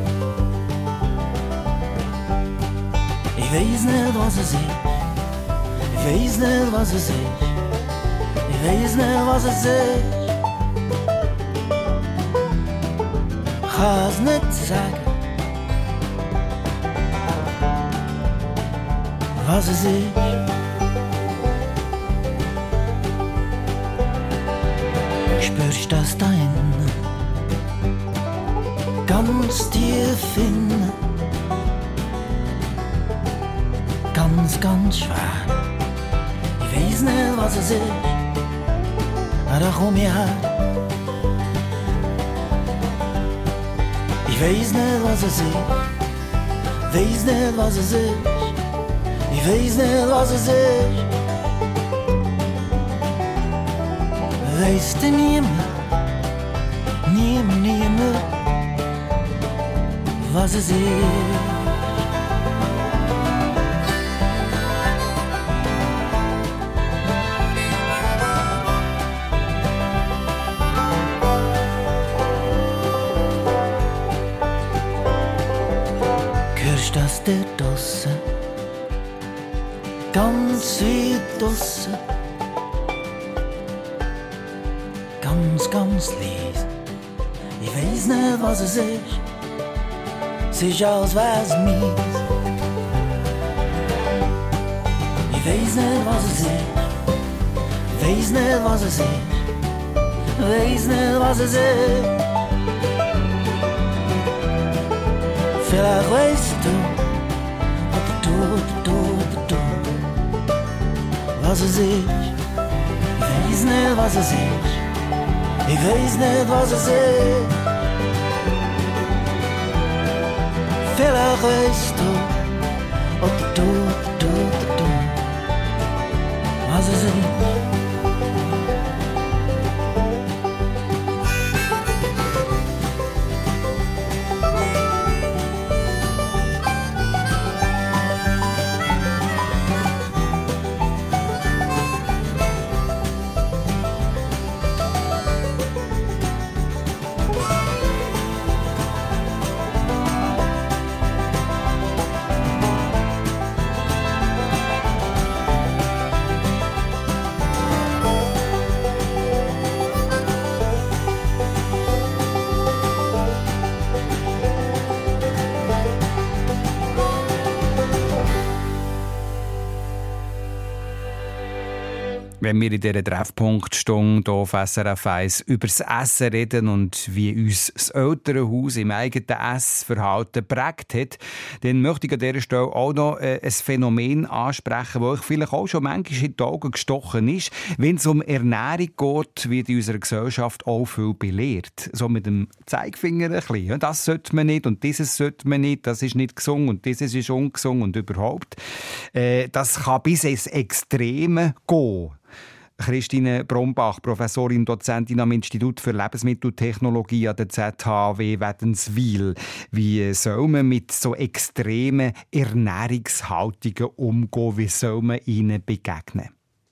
Ich weiss nicht, was es ist, ich weiss nicht, was es ist, ich weiss nicht, was es ist. Ich kann es nicht sagen, was es ist. Spürst das da innen, ganz tief innen, ganz, ganz schwer. Ich weiss nicht, was es ist, aber da komm ich her. Ich weiss nicht, was es ist, weiss nicht, was es ist, ich weiss nicht, was es ist. Weiss denn niemand, was es ist. Hörst das dort draussen, ganz weit draussen, ganz, ganz leise. Ich weiss nicht, was es ist, es ist, als wär's mies. Ich weiss nicht, was es ist, weiss nicht, was es ist, weiss nicht, was es ist. Vielleicht weißt du, was es ist. Ich weiß nicht, was es ist. Ich weiß nicht, was es ist. Vielleicht weißt du, was es ist. Wenn wir in dieser Treffpunktstunde hier auf SRF 1 über das Essen reden und wie uns das Elternhaus im eigenen Essverhalten geprägt hat, dann möchte ich an dieser Stelle auch noch ein Phänomen ansprechen, das euch vielleicht auch schon manchmal in die Augen gestochen ist, wenn es um Ernährung geht, wird in unserer Gesellschaft auch viel belehrt. So mit dem Zeigefinger ein bisschen. Ja, das sollte man nicht und dieses sollte man nicht, das ist nicht gesund und dieses ist ungesund und überhaupt. Das kann bis ins Extreme gehen. Christine Brombach, Professorin, Dozentin am Institut für Lebensmitteltechnologie an der ZHW Wädenswil. Wie soll man mit so extremen Ernährungshaltungen umgehen? Wie soll man ihnen begegnen?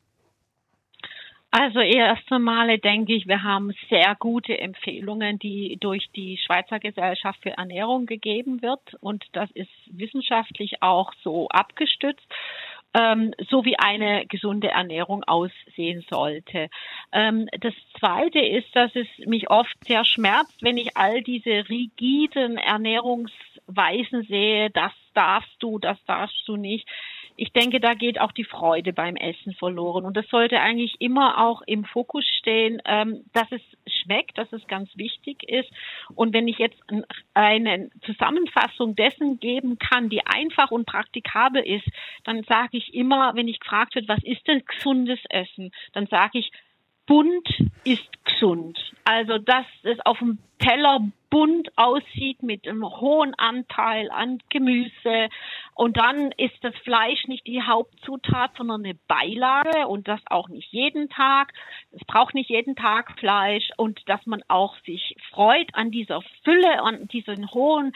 Also erst einmal denke ich, wir haben sehr gute Empfehlungen, die durch die Schweizer Gesellschaft für Ernährung gegeben wird. Und das ist wissenschaftlich auch so abgestützt. So wie eine gesunde Ernährung aussehen sollte. Das Zweite ist, dass es mich oft sehr schmerzt, wenn ich all diese rigiden Ernährungsweisen sehe, das darfst du nicht. Ich denke, da geht auch die Freude beim Essen verloren. Und das sollte eigentlich immer auch im Fokus stehen, dass es schmeckt, dass es ganz wichtig ist. Und wenn ich jetzt eine Zusammenfassung dessen geben kann, die einfach und praktikabel ist, dann sage ich immer, wenn ich gefragt wird, was ist denn gesundes Essen, dann sage ich, bunt ist gesund. Also, dass es auf dem Teller bunt aussieht mit einem hohen Anteil an Gemüse. Und dann ist das Fleisch nicht die Hauptzutat, sondern eine Beilage und das auch nicht jeden Tag. Es braucht nicht jeden Tag Fleisch und dass man auch sich freut an dieser Fülle, an diesen hohen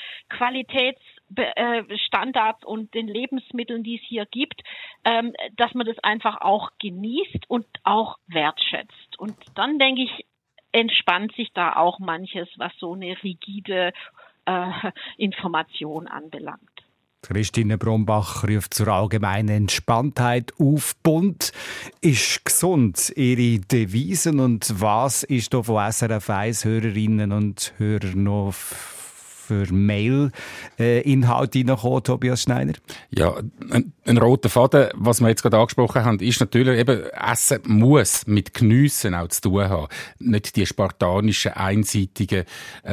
Qualitätsstandards und den Lebensmitteln, die es hier gibt, dass man das einfach auch genießt und auch wertschätzt. Und dann denke ich, entspannt sich da auch manches, was so eine rigide Information anbelangt. Christine Brombach ruft zur allgemeinen Entspanntheit auf. Bunt ist gesund, ihre Devisen. Und was ist da von SRF 1 Hörerinnen und Hörern noch für Mail-Inhalte reingekommen, Tobias Schneider? Ja, ein roter Faden, was wir jetzt gerade angesprochen haben, ist natürlich eben, Essen muss mit Geniessen auch zu tun haben. Nicht die spartanischen, einseitigen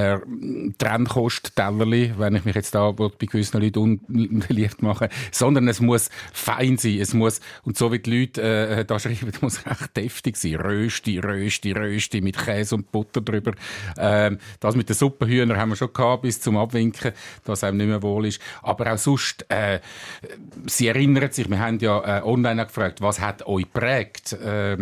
Trennkost-Tellerli, wenn ich mich jetzt da bei gewissen Leuten unbeliebt mache, sondern es muss fein sein. Es muss, und so wie die Leute da schreiben, es muss recht deftig sein. Rösti mit Käse und Butter drüber. Das mit den Suppenhühnern haben wir schon gehabt, bis zum Abwinken, dass einem nicht mehr wohl ist. Aber auch sonst, Sie erinnern sich, wir haben ja online gefragt, was hat euch geprägt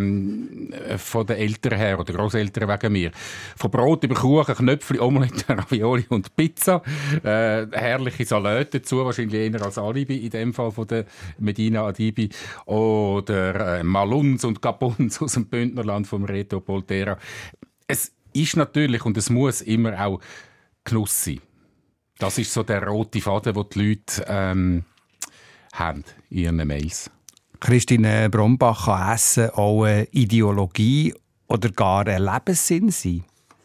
von den Eltern her oder Grosseltern wegen mir? Von Brot über Kuchen, Knöpfli, Omelette, Ravioli und Pizza. Herrliche Salate dazu, wahrscheinlich eher als Alibi, in dem Fall von der Medina Adibi. Oder Maluns und Gabuns aus dem Bündnerland vom Reto Poltera. Es ist natürlich und es muss immer auch Genuss sein. Das ist so der rote Faden, den die Leute haben in ihren Mails. Christine Brombach, kann Essen auch eine Ideologie oder gar ein Lebenssinn sein?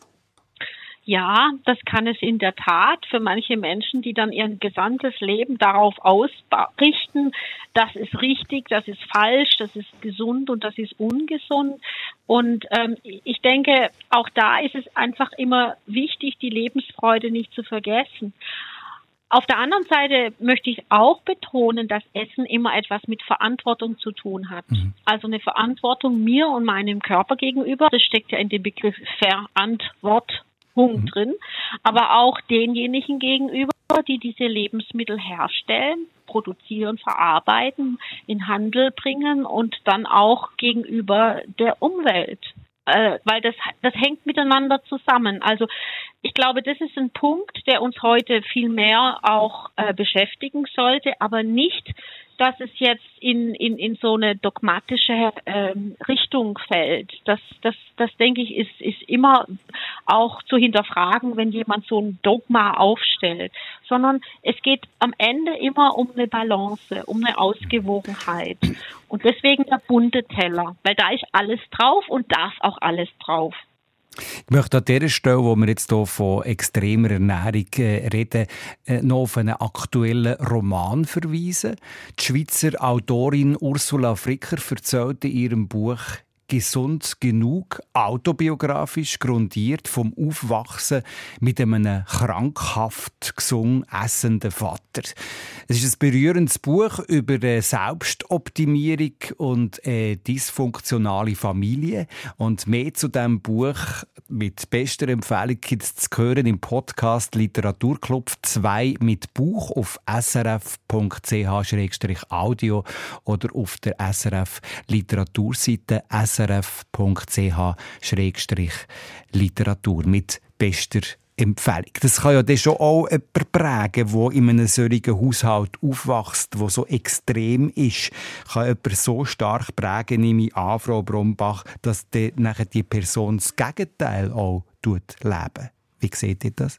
Ja, das kann es in der Tat für manche Menschen, die dann ihr gesamtes Leben darauf ausrichten, das ist richtig, das ist falsch, das ist gesund und das ist ungesund. Und ich denke, auch da ist es einfach immer wichtig, die Lebensfreude nicht zu vergessen. Auf der anderen Seite möchte ich auch betonen, dass Essen immer etwas mit Verantwortung zu tun hat. Also eine Verantwortung mir und meinem Körper gegenüber, das steckt ja in dem Begriff Verantwortung drin, aber auch denjenigen gegenüber, die diese Lebensmittel herstellen, produzieren, verarbeiten, in Handel bringen und dann auch gegenüber der Umwelt. Weil das hängt miteinander zusammen. Also ich glaube, das ist ein Punkt, der uns heute viel mehr auch beschäftigen sollte, aber nicht, dass es jetzt in so eine dogmatische Richtung fällt. Das denke ich, ist immer auch zu hinterfragen, wenn jemand so ein Dogma aufstellt. Sondern es geht am Ende immer um eine Balance, um eine Ausgewogenheit. Und deswegen der bunte Teller, weil da ist alles drauf und darf auch alles drauf. Ich möchte an dieser Stelle, wo wir jetzt hier von extremer Ernährung reden, noch auf einen aktuellen Roman verweisen. Die Schweizer Autorin Ursula Fricker erzählt in ihrem Buch «Gesund genug», autobiografisch grundiert vom Aufwachsen mit einem krankhaft gesund essenden Vater. Es ist ein berührendes Buch über Selbstoptimierung und dysfunktionale Familie. Und mehr zu diesem Buch mit bester Empfehlung gibt es zu hören im Podcast «Literaturclub 2 mit Buch» auf srf.ch/audio oder auf der SRF-Literaturseite srf.ch/literatur mit bester Empfehlung. Das kann ja dann schon auch jemand prägen, der in einem solchen Haushalt aufwächst, der so extrem ist. Kann jemand so stark prägen, nehme ich an, Frau Brombach, dass dann nachher die Person das Gegenteil auch leben. Wie seht ihr das?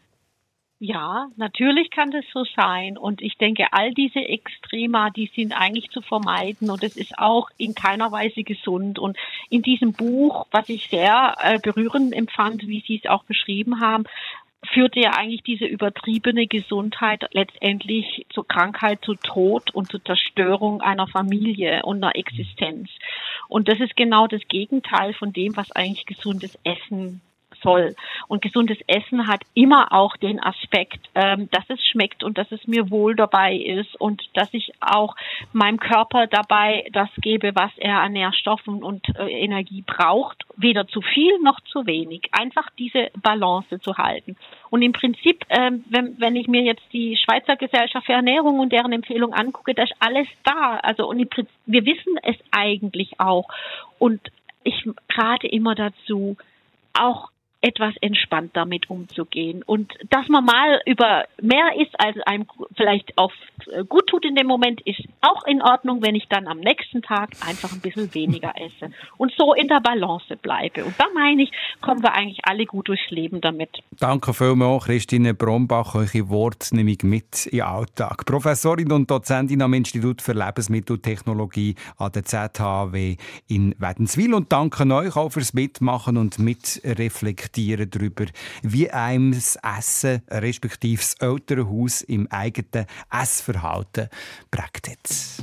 Ja, natürlich kann das so sein. Und ich denke, all diese Extrema, die sind eigentlich zu vermeiden. Und es ist auch in keiner Weise gesund. Und in diesem Buch, was ich sehr berührend empfand, wie Sie es auch beschrieben haben, führte ja eigentlich diese übertriebene Gesundheit letztendlich zur Krankheit, zu Tod und zur Zerstörung einer Familie und einer Existenz. Und das ist genau das Gegenteil von dem, was eigentlich gesundes Essen soll. Und gesundes Essen hat immer auch den Aspekt, dass es schmeckt und dass es mir wohl dabei ist und dass ich auch meinem Körper dabei das gebe, was er an Nährstoffen und Energie braucht. Weder zu viel noch zu wenig. Einfach diese Balance zu halten. Und im Prinzip, wenn ich mir jetzt die Schweizer Gesellschaft für Ernährung und deren Empfehlung angucke, da ist alles da. Also und wir wissen es eigentlich auch. Und ich rate immer dazu, auch etwas entspannt damit umzugehen und dass man mal über mehr isst, als einem vielleicht auch gut tut in dem Moment, ist auch in Ordnung, wenn ich dann am nächsten Tag einfach ein bisschen weniger esse und so in der Balance bleibe. Und da meine ich, kommen wir eigentlich alle gut durchs Leben damit. Danke vielmals, Christine Brombach. Eure Worte nehme ich mit in den Alltag. Professorin und Dozentin am Institut für Lebensmitteltechnologie an der ZHW in Wädenswil und danke euch auch fürs Mitmachen und Mitreflektieren darüber, wie einem das Essen, respektive das Elternhaus im eigenen Essverhalten prägt hat.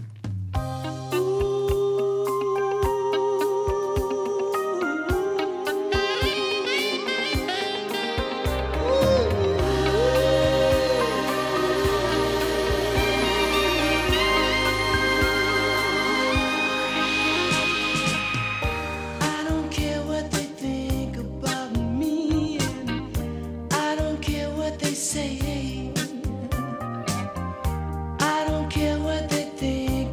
I don't care what they think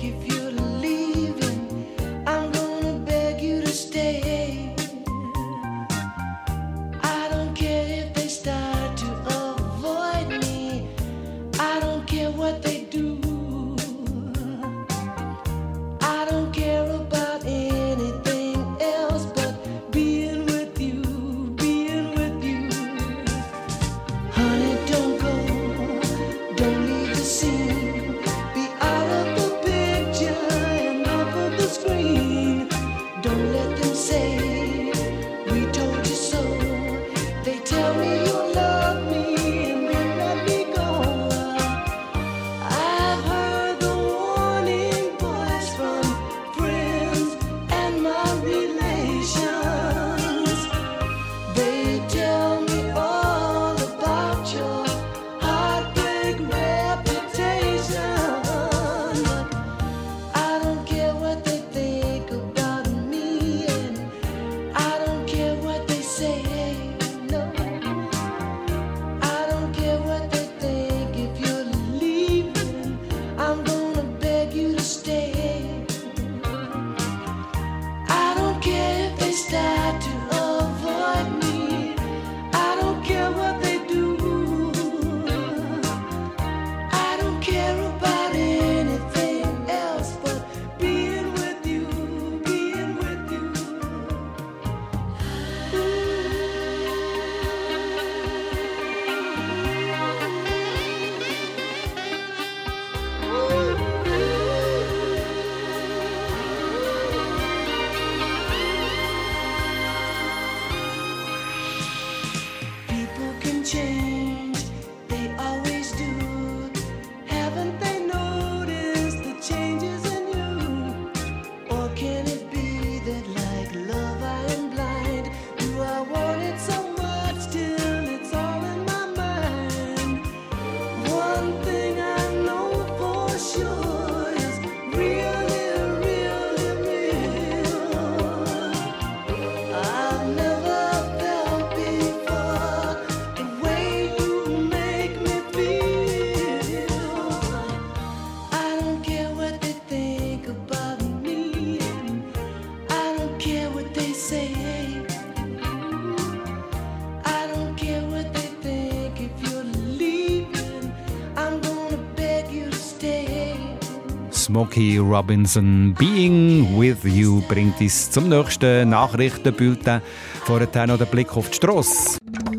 Smokey Robinson. Being with you bringt uns zum nächsten Nachrichtenbulletin. Vorher noch der Blick auf die Strasse.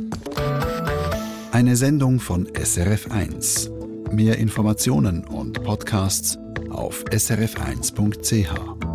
Eine Sendung von SRF1. Mehr Informationen und Podcasts auf srf1.ch.